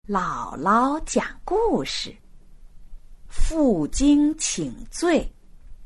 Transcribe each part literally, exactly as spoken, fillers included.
姥姥讲故事，负荆请罪。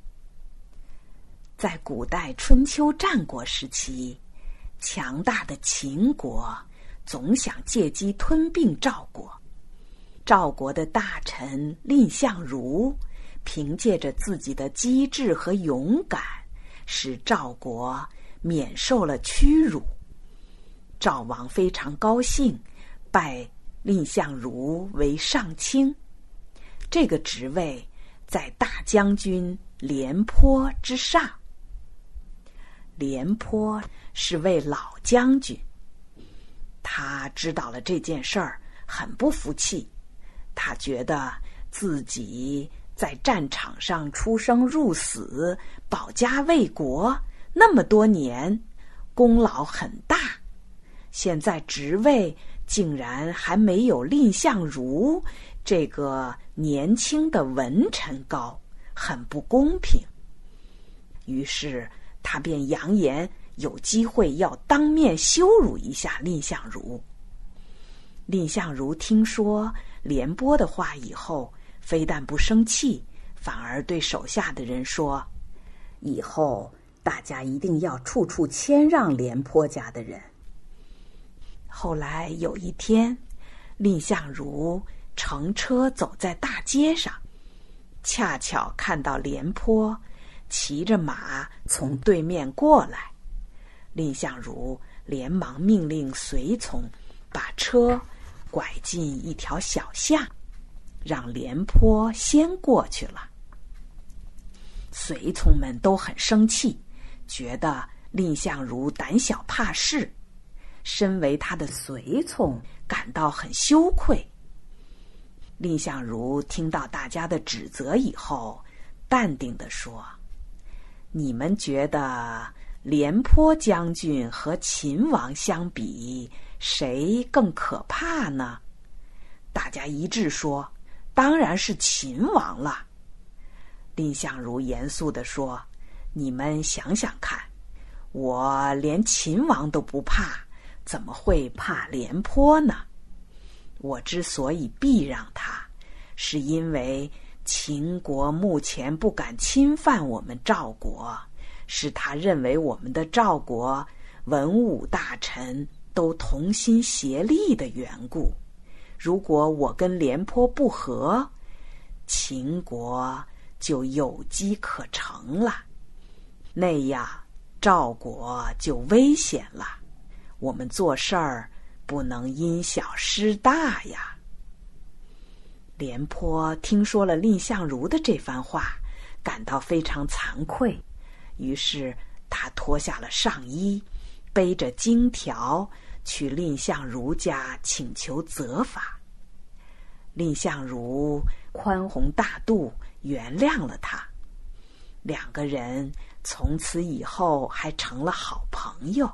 在古代春秋战国时期，强大的秦国总想借机吞并赵国。赵国的大臣蔺相如凭借着自己的机智和勇敢，使赵国免受了屈辱。赵王非常高兴，拜蔺相如为上卿，这个职位在大将军廉颇之上。廉颇是位老将军，他知道了这件事儿，很不服气。他觉得自己在战场上出生入死，保家卫国那么多年，功劳很大，现在职位竟然还没有蔺相如这个年轻的文臣高，很不公平。于是他便扬言有机会要当面羞辱一下蔺相如。蔺相如听说廉颇的话以后，非但不生气，反而对手下的人说，以后大家一定要处处谦让廉颇家的人。后来有一天，蔺相如乘车走在大街上，恰巧看到廉颇骑着马从对面过来。蔺相如连忙命令随从把车拐进一条小巷，让廉颇先过去了。随从们都很生气，觉得蔺相如胆小怕事，身为他的随从感到很羞愧。蔺相如听到大家的指责以后，淡定地说，你们觉得廉颇将军和秦王相比，谁更可怕呢？大家一致说，当然是秦王了。蔺相如严肃地说，你们想想看，我连秦王都不怕，怎么会怕廉颇呢？我之所以避让他，是因为秦国目前不敢侵犯我们赵国，是他认为我们的赵国文武大臣都同心协力的缘故。如果我跟廉颇不和，秦国就有机可乘了，那样赵国就危险了。我们做事儿不能因小失大呀。廉颇听说了蔺相如的这番话，感到非常惭愧，于是他脱下了上衣，背着荆条去蔺相如家请求责罚。蔺相如宽宏大度，原谅了他。两个人从此以后还成了好朋友。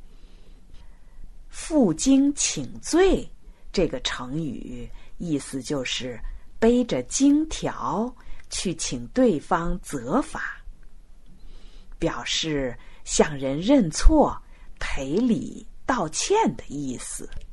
负荆请罪这个成语意思就是背着荆条去请对方责罚，表示向人认错、赔礼道歉的意思。